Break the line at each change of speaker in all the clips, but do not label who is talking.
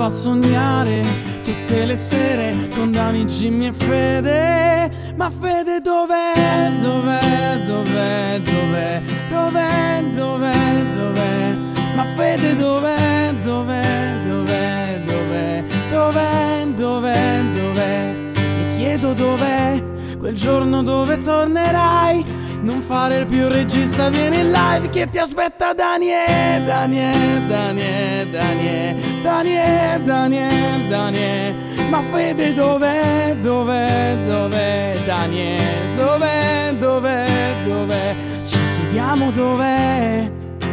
fa sognare tutte le sere con Dani, Jimmy e Fede. Ma Fede dov'è? Dov'è? Dov'è? Dov'è? Dov'è? Dov'è? Dov'è? Ma Fede dov'è? Dov'è? Dov'è? Dov'è? Dov'è? Dov'è? Dov'è? Mi chiedo dov'è quel giorno dove tornerai. Non fare più il regista, vieni in live che ti aspetta Daniele, Daniele, Daniele, Daniele, Daniele, Daniele, Daniele. Ma Fede dov'è? Dov'è? Dov'è? Daniele, dov'è? Dov'è? Dov'è? Ci chiediamo dov'è.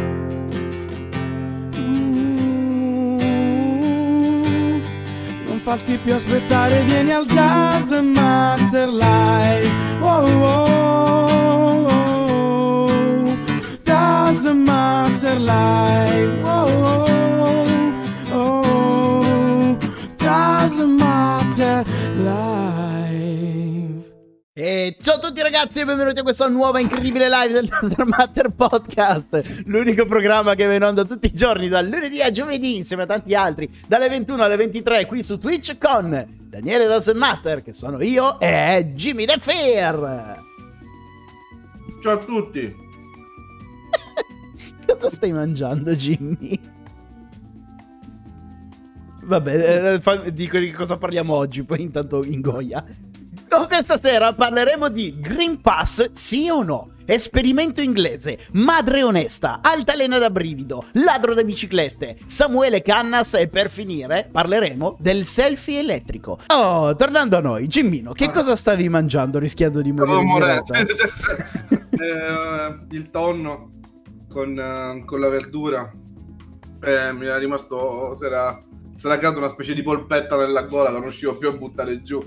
Non farti più aspettare, vieni al Gas Matter Live. Oh, oh, oh. Doesn't matter life. Oh, oh, oh. Doesn't matter life.
E ciao a tutti ragazzi e benvenuti a questa nuova incredibile live del Doesn't Matter Podcast, l'unico programma che va in onda tutti i giorni dal lunedì a giovedì insieme a tanti altri dalle 21 alle 23 qui su Twitch con Daniele Doesn't Matter, che sono io, e Jimmy The Fair.
Ciao a tutti.
Cosa stai mangiando, Jimmy? Vabbè, dico di cosa parliamo oggi, poi intanto ingoia. Questa sera parleremo di Green Pass, sì o no? Esperimento inglese, madre onesta, altalena da brivido, ladro da biciclette, Samuele Cannas e per finire parleremo del selfie elettrico. Oh, tornando a noi, Gimmino, che cosa stavi mangiando rischiando di morire in diretta?
Il tonno con la verdura. Mi era rimasto, si era creata una specie di polpetta nella gola, non riuscivo più a buttare giù.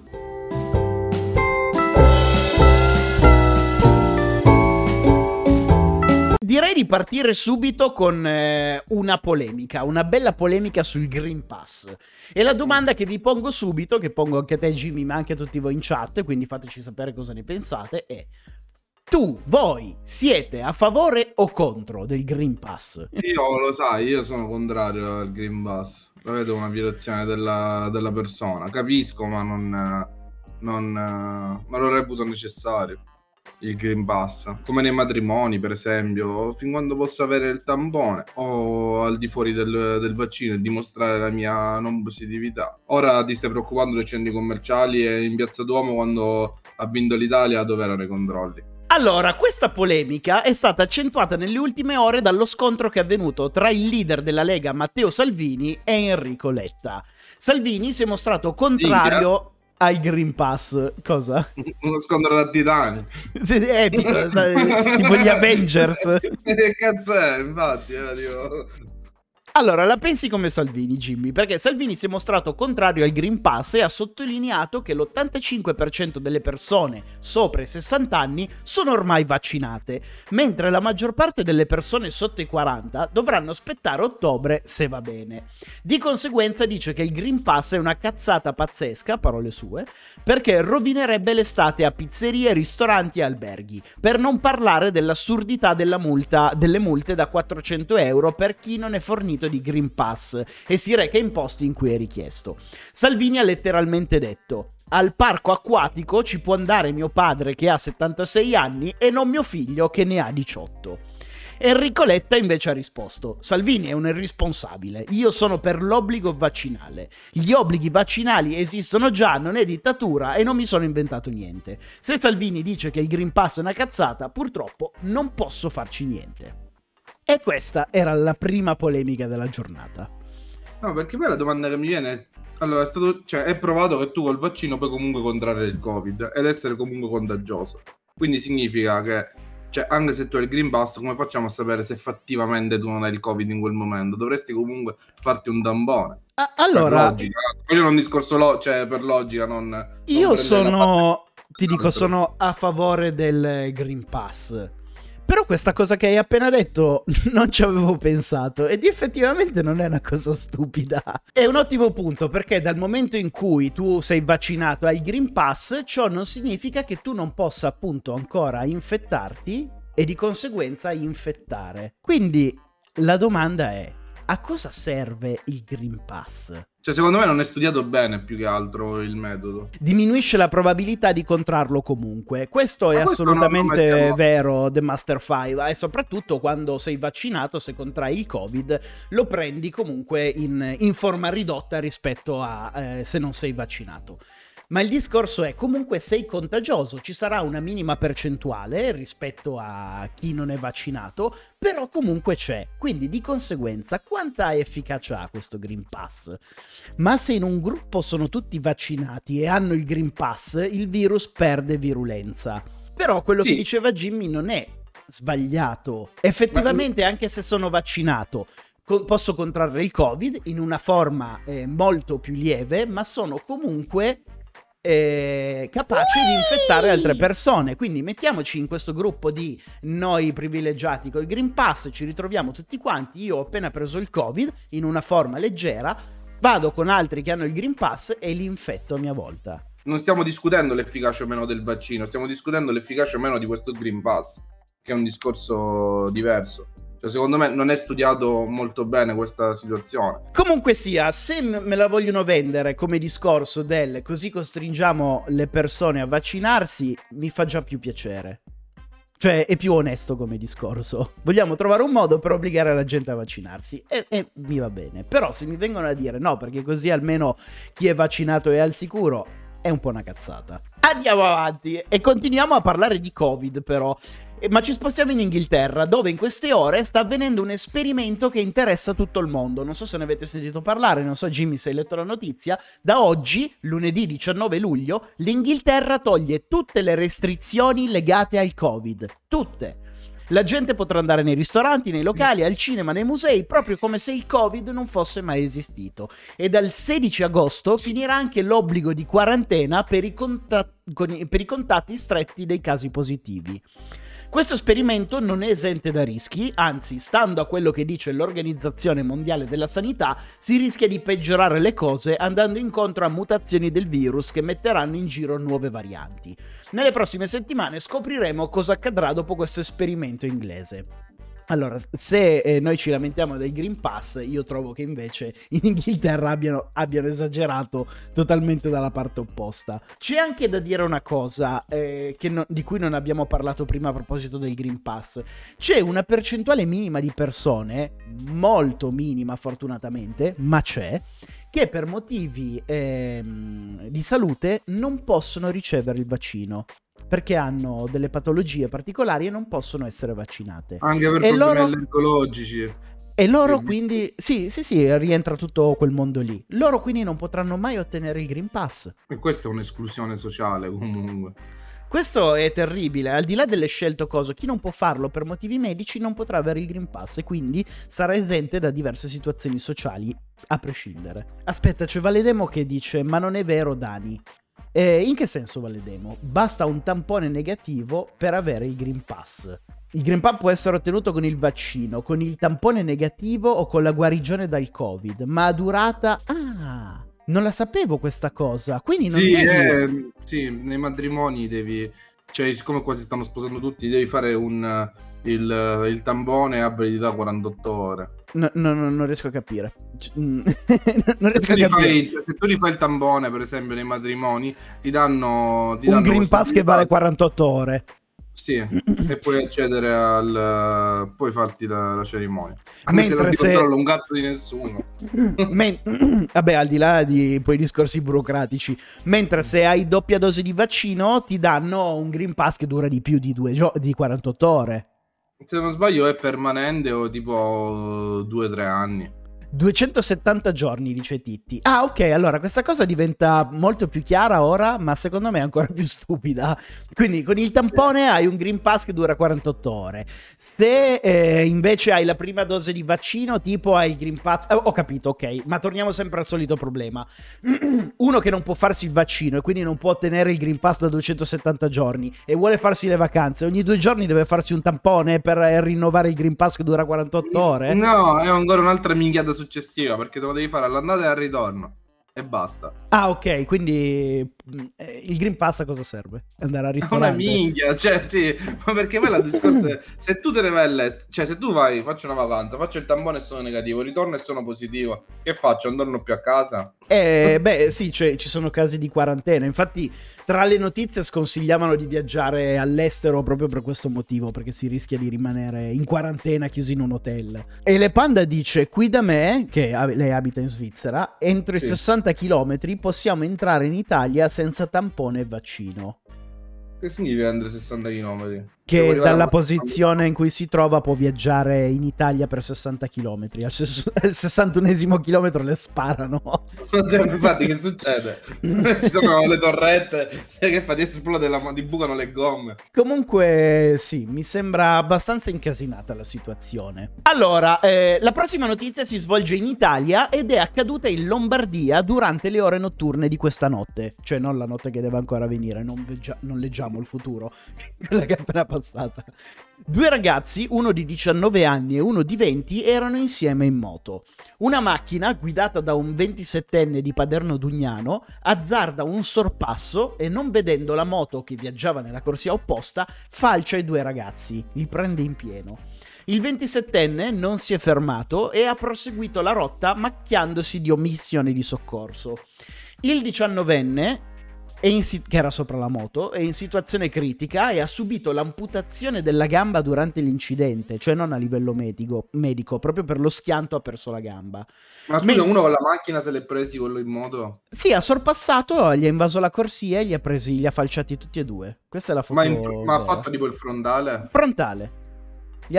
Direi di partire subito con una polemica, una bella polemica sul Green Pass. E la domanda che vi pongo subito, che pongo anche a te Jimmy, ma anche a tutti voi in chat, quindi fateci sapere cosa ne pensate, è: voi siete a favore o contro del Green Pass?
Io, lo sai, io sono contrario al Green Pass. La vedo una violazione della persona. Capisco, ma non lo reputo necessario. Il Green Pass, come nei matrimoni per esempio, fin quando posso avere il tampone o al di fuori del vaccino e dimostrare la mia non positività. Ora ti stai preoccupando dei centri commerciali e in Piazza Duomo quando ha vinto l'Italia dove erano i controlli?
Allora, questa polemica è stata accentuata nelle ultime ore dallo scontro che è avvenuto tra il leader della Lega Matteo Salvini e Enrico Letta. Salvini si è mostrato contrario ai Green Pass. Cosa?
Uno scontro da titani.
Sì, epico, tipo gli Avengers.
Che cazzo è, infatti, dico...
Allora, la pensi come Salvini, Jimmy? Perché Salvini si è mostrato contrario al Green Pass e ha sottolineato che l'85% delle persone sopra i 60 anni sono ormai vaccinate, mentre la maggior parte delle persone sotto i 40 dovranno aspettare ottobre se va bene. Di conseguenza dice che il Green Pass è una cazzata pazzesca, parole sue, perché rovinerebbe l'estate a pizzerie, ristoranti e alberghi, per non parlare dell'assurdità delle multe da 400 euro per chi non è fornito di Green Pass e si reca in posti in cui è richiesto. Salvini ha letteralmente detto: al parco acquatico ci può andare mio padre che ha 76 anni e non mio figlio che ne ha 18. Enrico Letta invece ha risposto: Salvini è un irresponsabile, io sono per l'obbligo vaccinale, gli obblighi vaccinali esistono già, non è dittatura e non mi sono inventato niente. Se Salvini dice che il Green Pass è una cazzata, purtroppo non posso farci niente. E questa era la prima polemica della giornata.
No, perché poi la domanda che mi viene è: allora, è provato che tu col vaccino puoi comunque contrarre il Covid ed essere comunque contagioso. Quindi significa che, anche se tu hai il Green Pass, come facciamo a sapere se effettivamente tu non hai il Covid in quel momento? Dovresti comunque farti un tampone.
Allora,
per logica. Io non discorso per logica,
io sono a favore del Green Pass. Però questa cosa che hai appena detto non ci avevo pensato ed effettivamente non è una cosa stupida. È un ottimo punto, perché dal momento in cui tu sei vaccinato hai il Green Pass, ciò non significa che tu non possa appunto ancora infettarti e di conseguenza infettare. Quindi la domanda è: a cosa serve il Green Pass?
Cioè, secondo me non è studiato bene più che altro il metodo.
Diminuisce la probabilità di contrarlo comunque. Questo è assolutamente vero, The Master 5, e soprattutto quando sei vaccinato, se contrai il Covid, lo prendi comunque in forma ridotta rispetto a se non sei vaccinato. Ma il discorso è, comunque sei contagioso, ci sarà una minima percentuale rispetto a chi non è vaccinato, però comunque c'è. Quindi di conseguenza quanta efficacia ha questo Green Pass? Ma se in un gruppo sono tutti vaccinati e hanno il Green Pass, il virus perde virulenza. Però quello che diceva Jimmy non è sbagliato. Effettivamente, anche se sono vaccinato, posso contrarre il Covid in una forma molto più lieve, ma sono comunque capaci di infettare altre persone. Quindi mettiamoci in questo gruppo di noi privilegiati col Green Pass, ci ritroviamo tutti quanti, io ho appena preso il Covid in una forma leggera, vado con altri che hanno il Green Pass e li infetto a mia volta.
Non stiamo discutendo l'efficacia o meno del vaccino, stiamo discutendo l'efficacia o meno di questo Green Pass, che è un discorso diverso. Secondo me non è studiato molto bene questa situazione.
Comunque sia, se me la vogliono vendere come discorso del così costringiamo le persone a vaccinarsi, mi fa già più piacere. Cioè è più onesto come discorso. Vogliamo trovare un modo per obbligare la gente a vaccinarsi e mi va bene. Però se mi vengono a dire no, perché così almeno chi è vaccinato è al sicuro, è un po' una cazzata. Andiamo avanti e continuiamo a parlare di Covid però. Ma ci spostiamo in Inghilterra, dove in queste ore sta avvenendo un esperimento che interessa tutto il mondo. Non so se ne avete sentito parlare, non so Jimmy se hai letto la notizia. Da oggi, lunedì 19 luglio, l'Inghilterra toglie tutte le restrizioni legate al Covid. Tutte. La gente potrà andare nei ristoranti, nei locali, al cinema, nei musei, proprio come se il Covid non fosse mai esistito. E dal 16 agosto finirà anche l'obbligo di quarantena per i contatti stretti dei casi positivi. Questo esperimento non è esente da rischi, anzi, stando a quello che dice l'Organizzazione Mondiale della Sanità, si rischia di peggiorare le cose andando incontro a mutazioni del virus che metteranno in giro nuove varianti. Nelle prossime settimane scopriremo cosa accadrà dopo questo esperimento inglese. Allora, se noi ci lamentiamo del Green Pass, io trovo che invece in Inghilterra abbiano esagerato totalmente dalla parte opposta. C'è anche da dire una cosa di cui non abbiamo parlato prima a proposito del Green Pass. C'è una percentuale minima di persone, molto minima fortunatamente, ma c'è, che per motivi di salute non possono ricevere il vaccino. Perché hanno delle patologie particolari e non possono essere vaccinate.
Anche per problemi allergologici.
E loro quindi, sì, rientra tutto quel mondo lì. Loro quindi non potranno mai ottenere il Green Pass.
E questa è un'esclusione sociale comunque.
Questo è terribile, al di là delle scelte chi non può farlo per motivi medici non potrà avere il Green Pass e quindi sarà esente da diverse situazioni sociali, a prescindere. Aspetta, c'è Valedemo che dice, ma non è vero Dani. In che senso Valedemo? Basta un tampone negativo per avere il Green Pass. Il Green Pass può essere ottenuto con il vaccino, con il tampone negativo o con la guarigione dal Covid, ma a durata... Ah, non la sapevo questa cosa, quindi non devi...
Sì, nei matrimoni devi... Cioè, siccome qua si stanno sposando tutti, devi fare il tampone a validità 48 ore.
No, non riesco a capire. Non riesco a capire.
Se tu li fai il tampone, per esempio, nei matrimoni, ti danno
un Green Pass che vale 48 ore.
Sì, e puoi accedere puoi farti la cerimonia.
Mentre
non ti controlla un cazzo di nessuno.
Vabbè, al di là di poi discorsi burocratici. Mentre se hai doppia dose di vaccino, ti danno un Green Pass che dura di più di 48 ore.
Se non sbaglio è permanente o tipo 2-3 anni.
270 giorni, dice Titti. Ah, ok, allora questa cosa diventa molto più chiara ora, ma secondo me è ancora più stupida. Quindi con il tampone hai un Green Pass che dura 48 ore. Se invece hai la prima dose di vaccino, tipo hai il Green Pass... ho capito, ok, ma torniamo sempre al solito problema. Uno che non può farsi il vaccino e quindi non può ottenere il Green Pass da 270 giorni e vuole farsi le vacanze, ogni 2 giorni deve farsi un tampone per rinnovare il Green Pass che dura 48 ore?
No, è ancora un'altra minchiata successiva, perché te lo devi fare all'andata e al ritorno. e basta.
Ah, ok, quindi il Green Pass a cosa serve? Andare al
Una
ristorante?
minchia, cioè sì, ma perché poi la discorso è, se tu te ne vai all'estero, cioè se tu vai, faccio una vacanza, faccio il tampone e sono negativo, ritorno e sono positivo, che faccio? Non torno più a casa?
Beh, sì, cioè, ci sono casi di quarantena. Infatti, tra le notizie sconsigliavano di viaggiare all'estero proprio per questo motivo, perché si rischia di rimanere in quarantena chiusi in un hotel. E le Panda dice: qui da me, che lei abita in Svizzera, entro i 60 km possiamo entrare in Italia senza tampone e vaccino.
Che significa andare 60 km?
Che dalla posizione in cui si trova può viaggiare in Italia per 60 km. Al 61esimo chilometro le sparano.
Infatti, che succede? Ci sono le torrette che fa di esplode, di bucano le gomme.
Comunque, sì, mi sembra abbastanza incasinata la situazione. Allora, la prossima notizia si svolge in Italia ed è accaduta in Lombardia durante le ore notturne di questa notte. Cioè, non la notte che deve ancora venire, non leggiamo il futuro, quella che è appena passata. 2 ragazzi, uno di 19 anni e uno di 20, erano insieme in moto. Una macchina guidata da un 27enne di Paderno Dugnano azzarda un sorpasso e, non vedendo la moto che viaggiava nella corsia opposta, falcia i 2 ragazzi, li prende in pieno. Il 27enne non si è fermato e ha proseguito la rotta macchiandosi di omissione di soccorso. Il 19enne, che era sopra la moto, è in situazione critica e ha subito l'amputazione della gamba durante l'incidente, cioè non a livello medico, proprio per lo schianto ha perso la gamba.
Ma scusa, uno con la macchina se l'è presi quello in moto?
Sì, ha sorpassato, gli ha invaso la corsia e li ha falciati tutti e 2. Questa è la foto.
Ma ha fatto tipo il frontale?
Frontale. Li ha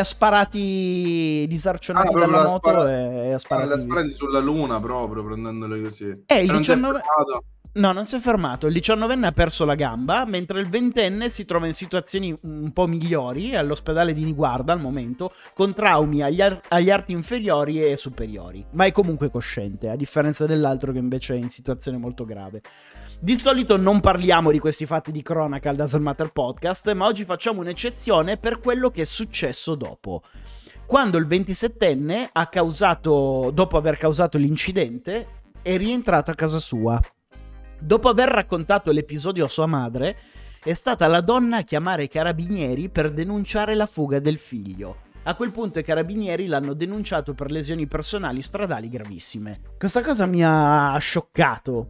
sparati disarcionati dalla moto e ha sparato.
Li ha sparati sulla luna proprio, prendendole così.
Il 19... No, non si è fermato. Il 19enne ha perso la gamba, mentre il 20enne si trova in situazioni un po' migliori, all'ospedale di Niguarda al momento, con traumi agli arti inferiori e superiori. Ma è comunque cosciente, a differenza dell'altro che invece è in situazione molto grave. Di solito non parliamo di questi fatti di cronaca al Doesn't Matter Podcast, ma oggi facciamo un'eccezione per quello che è successo dopo. Quando il 27enne dopo aver causato l'incidente, è rientrato a casa sua. Dopo aver raccontato l'episodio a sua madre, è stata la donna a chiamare i carabinieri per denunciare la fuga del figlio. A quel punto i carabinieri l'hanno denunciato per lesioni personali stradali gravissime. Questa cosa mi ha scioccato.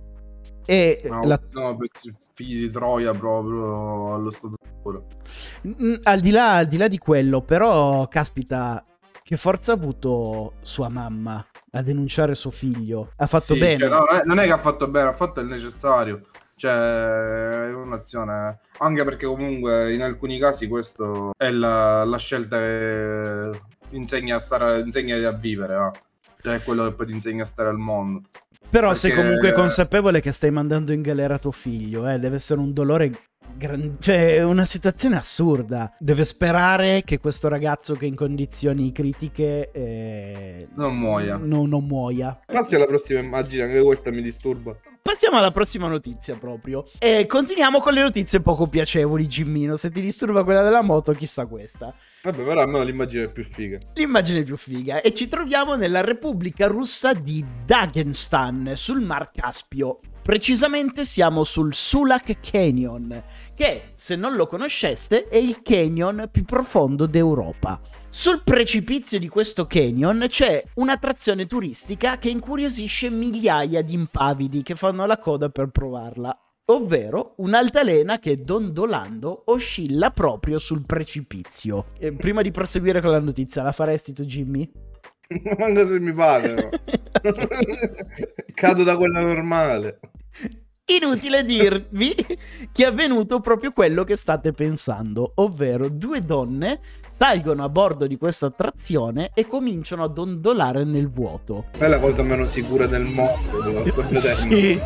Figli di Troia proprio allo stato puro.
Al di là di quello, però, caspita, che forza ha avuto sua mamma a denunciare suo figlio. Ha fatto bene.
Cioè, no, non è che ha fatto bene, ha fatto il necessario. Cioè, è un'azione. Anche perché comunque in alcuni casi questo è la scelta che insegna a vivere, va. Cioè è quello che poi ti insegna a stare al mondo.
Però sei comunque consapevole che stai mandando in galera tuo figlio, deve essere un dolore cioè una situazione assurda. Deve sperare che questo ragazzo che è in condizioni critiche
non muoia.
Non muoia.
Passi alla prossima immagine, anche questa mi disturba.
Passiamo alla prossima notizia proprio. E continuiamo con le notizie poco piacevoli, Gimmino. Se ti disturba quella della moto, chissà questa.
Vabbè, però almeno l'immagine è più figa.
L'immagine è più figa. E ci troviamo nella Repubblica Russa di Dagestan, sul Mar Caspio. Precisamente siamo sul Sulak Canyon, che, se non lo conosceste, è il canyon più profondo d'Europa. Sul precipizio di questo canyon c'è un'attrazione turistica che incuriosisce migliaia di impavidi che fanno la coda per provarla, ovvero un'altalena che, dondolando, oscilla proprio sul precipizio. Prima di proseguire con la notizia, la faresti tu, Jimmy?
Manco se mi pare, no. Cado da quella normale.
Inutile dirvi che è avvenuto proprio quello che state pensando, ovvero 2 donne salgono a bordo di questa attrazione e cominciano a dondolare nel vuoto.
È la cosa meno sicura del mondo, lo sto vedendo.
Sì.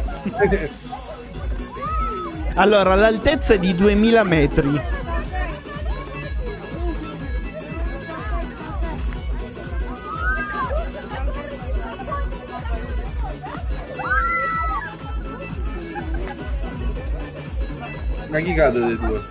Allora, l'altezza è di 2000 metri.
Ma chi cade dei 2?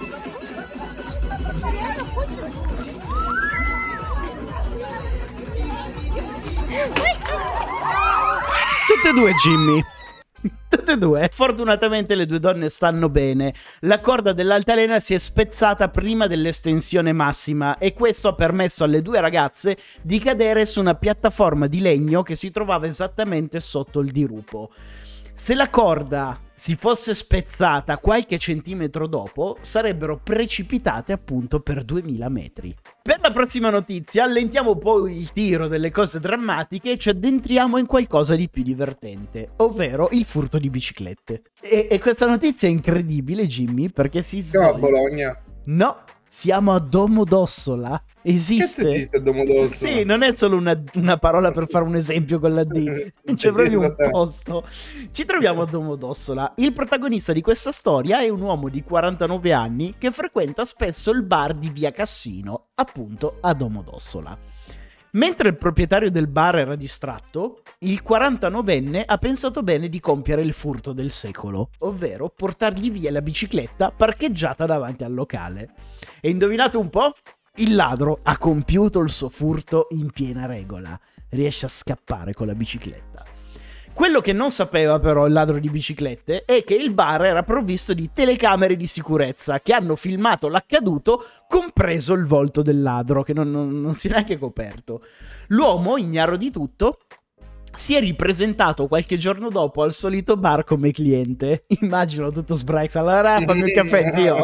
Tutte e 2, Jimmy. Tutte e due. Fortunatamente le due donne stanno bene. La corda dell'altalena si è spezzata prima dell'estensione massima e questo ha permesso alle due ragazze di cadere su una piattaforma di legno che si trovava esattamente sotto il dirupo. Se la corda si fosse spezzata qualche centimetro dopo, sarebbero precipitate appunto per 2000 metri. Per la prossima notizia allentiamo poi il tiro delle cose drammatiche e ci addentriamo in qualcosa di più divertente, ovvero il furto di biciclette. E questa notizia è incredibile, Jimmy, perché si
Siamo a
svolge...
Bologna.
No, siamo a Domodossola. Esiste.
Che esiste Domodossola?
Sì, non è solo una parola per fare un esempio con la D. C'è proprio un posto. Ci troviamo a Domodossola. Il protagonista di questa storia è un uomo di 49 anni che frequenta spesso il bar di Via Cassino, appunto a Domodossola. Mentre il proprietario del bar era distratto, il 49enne ha pensato bene di compiere il furto del secolo, ovvero portargli via la bicicletta parcheggiata davanti al locale. E indovinate un po'? Il ladro ha compiuto il suo furto in piena regola. Riesce a scappare con la bicicletta. Quello che non sapeva però il ladro di biciclette è che il bar era provvisto di telecamere di sicurezza che hanno filmato l'accaduto, compreso il volto del ladro, che non si è neanche coperto. L'uomo, ignaro di tutto, si è ripresentato qualche giorno dopo al solito bar come cliente. Immagino tutto sbrax. Allora fammi il caffè, zio.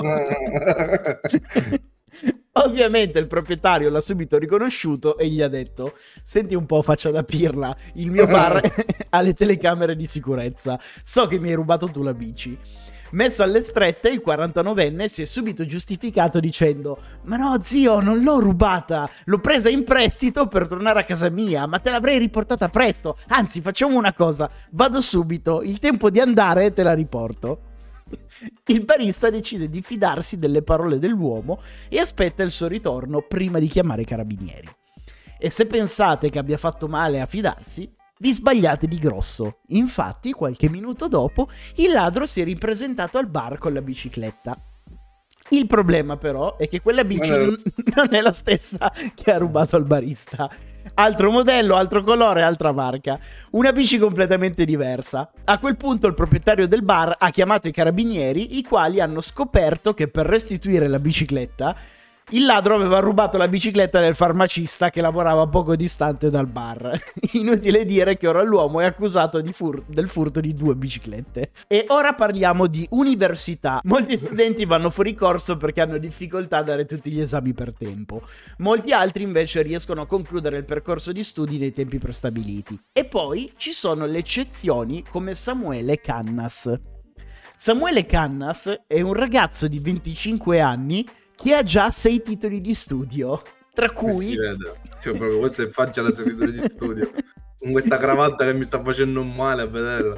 Ovviamente il proprietario l'ha subito riconosciuto e gli ha detto: senti un po', faccia da pirla, il mio bar ha le telecamere di sicurezza, so che mi hai rubato tu la bici. Messo alle strette, il 49enne si è subito giustificato dicendo: ma no zio, non l'ho rubata, l'ho presa in prestito per tornare a casa mia, ma te l'avrei riportata presto, anzi facciamo una cosa, vado subito, il tempo di andare te la riporto. Il barista decide di fidarsi delle parole dell'uomo e aspetta il suo ritorno prima di chiamare i carabinieri. E se pensate che abbia fatto male a fidarsi, vi sbagliate di grosso. Infatti, qualche minuto dopo, il ladro si è ripresentato al bar con la bicicletta. Il problema però è che quella bici non è la stessa che ha rubato al barista. Altro modello, altro colore, altra marca. Una bici completamente diversa. A quel punto il proprietario del bar ha chiamato i carabinieri, i quali hanno scoperto che per restituire la bicicletta il ladro aveva rubato la bicicletta del farmacista che lavorava poco distante dal bar. Inutile dire che ora l'uomo è accusato del furto di 2 biciclette. E ora parliamo di università. Molti studenti vanno fuori corso perché hanno difficoltà a dare tutti gli esami per tempo. Molti altri invece riescono a concludere il percorso di studi nei tempi prestabiliti. E poi ci sono le eccezioni come Samuele Cannas. Samuele Cannas è un ragazzo di 25 anni che ha già 6 titoli di studio, tra cui...
Si vede, sì, proprio questo è in faccia la 6 titoli di studio, con questa cravatta che mi sta facendo un male a vederla.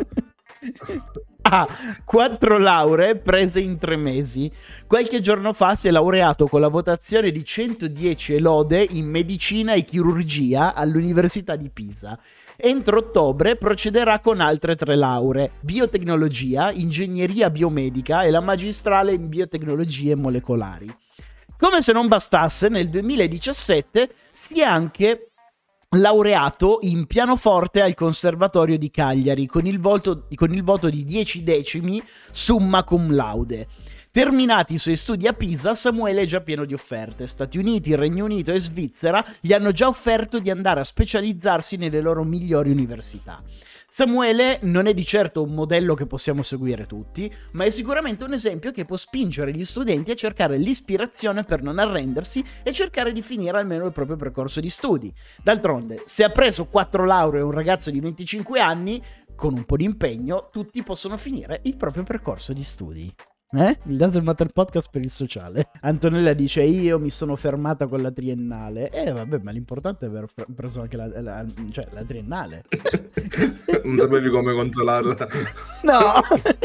Ha 4 lauree prese in 3 mesi. Qualche giorno fa si è laureato con la votazione di 110 e lode in medicina e chirurgia all'Università di Pisa. Entro ottobre procederà con altre 3 lauree: biotecnologia, ingegneria biomedica e la magistrale in biotecnologie molecolari. Come se non bastasse, nel 2017 si è anche laureato in pianoforte al Conservatorio di Cagliari con il voto di 10 decimi summa cum laude. Terminati i suoi studi a Pisa, Samuele è già pieno di offerte. Stati Uniti, Regno Unito e Svizzera gli hanno già offerto di andare a specializzarsi nelle loro migliori università. Samuele non è di certo un modello che possiamo seguire tutti, ma è sicuramente un esempio che può spingere gli studenti a cercare l'ispirazione per non arrendersi e cercare di finire almeno il proprio percorso di studi. D'altronde, se ha preso 4 lauree un ragazzo di 25 anni, con un po' di impegno, tutti possono finire il proprio percorso di studi. Il Dazzle Matter Podcast per il sociale. Antonella dice: io mi sono fermata con la triennale. Vabbè, ma l'importante è aver preso anche la triennale.
Non sapevi come consolarla.
No.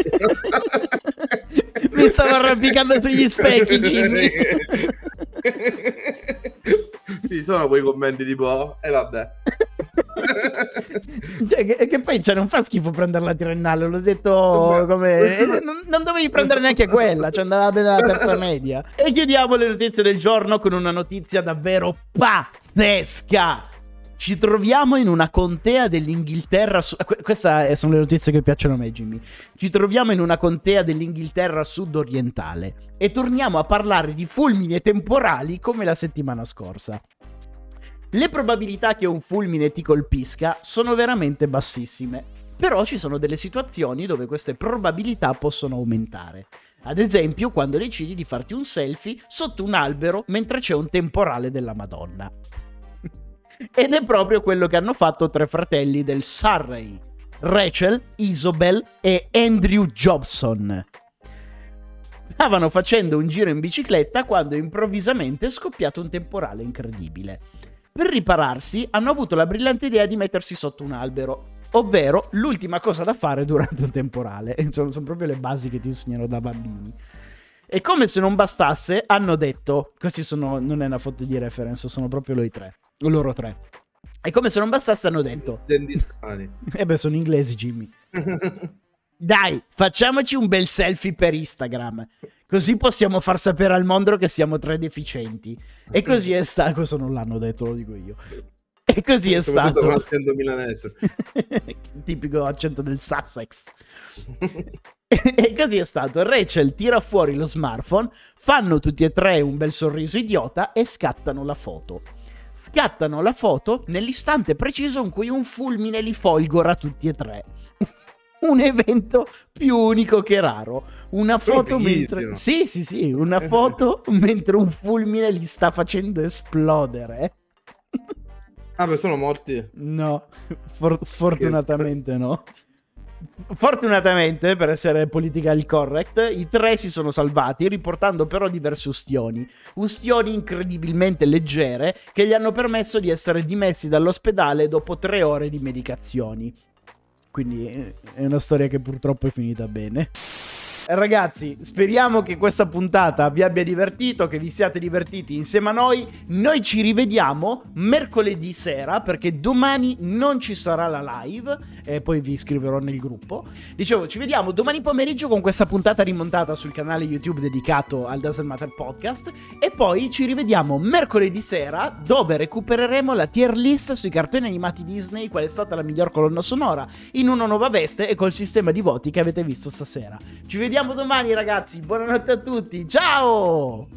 Mi stavo arrampicando sugli specchi, Jimmy.
Sì, sono quei commenti tipo vabbè.
Cioè, che poi non fa schifo prendere la triennale, l'ho detto come... Non dovevi prendere neanche quella, ci andava bene la terza media. E chiudiamo le notizie del giorno con una notizia davvero pazzesca. Ci troviamo in una contea dell'Inghilterra. Queste sono le notizie che piacciono a me, Jimmy. Ci troviamo in una contea dell'Inghilterra sud-orientale e torniamo a parlare di fulmini e temporali come la settimana scorsa. Le probabilità che un fulmine ti colpisca sono veramente bassissime, però ci sono delle situazioni dove queste probabilità possono aumentare. Ad esempio, quando decidi di farti un selfie sotto un albero mentre c'è un temporale della Madonna. Ed è proprio quello che hanno fatto 3 fratelli del Surrey: Rachel, Isobel e Andrew Jobson. Stavano facendo un giro in bicicletta quando improvvisamente è scoppiato un temporale incredibile. Per ripararsi hanno avuto la brillante idea di mettersi sotto un albero, ovvero l'ultima cosa da fare durante un temporale. Sono proprio le basi che ti insegnano da bambini. E come se non bastasse, hanno detto, non è una foto di reference, sono proprio loro tre. E come se non bastasse hanno detto, sono inglesi, Jimmy. Dai, facciamoci un bel selfie per Instagram, così possiamo far sapere al mondo che siamo 3 deficienti. E così è stato. Questo non l'hanno detto, lo dico io. E così è stato.
Con l'accento milanese.
Tipico accento del Sussex. E così è stato. Rachel tira fuori lo smartphone, fanno tutti e 3 un bel sorriso idiota e scattano la foto. Scattano la foto nell'istante preciso in cui un fulmine li folgora tutti e 3. Un evento più unico che raro. Una foto mentre... Sì, una foto mentre un fulmine li sta facendo esplodere.
Ah, beh, sono morti?
No, sfortunatamente no. Fortunatamente, per essere politically correct, i 3 si sono salvati, riportando però diverse ustioni incredibilmente leggere che gli hanno permesso di essere dimessi dall'ospedale dopo 3 ore di medicazioni. Quindi è una storia che purtroppo è finita bene. Ragazzi, speriamo che questa puntata vi abbia divertito, che vi siate divertiti insieme a noi. Noi ci rivediamo mercoledì sera, perché domani non ci sarà la live e poi vi iscriverò nel gruppo. Dicevo, ci vediamo domani pomeriggio con questa puntata rimontata sul canale YouTube dedicato al Doesn't Matter Podcast, e poi ci rivediamo mercoledì sera dove recupereremo la tier list sui cartoni animati Disney, qual è stata la miglior colonna sonora, in una nuova veste e col sistema di voti che avete visto stasera. Ci vediamo domani, ragazzi, buonanotte a tutti, ciao!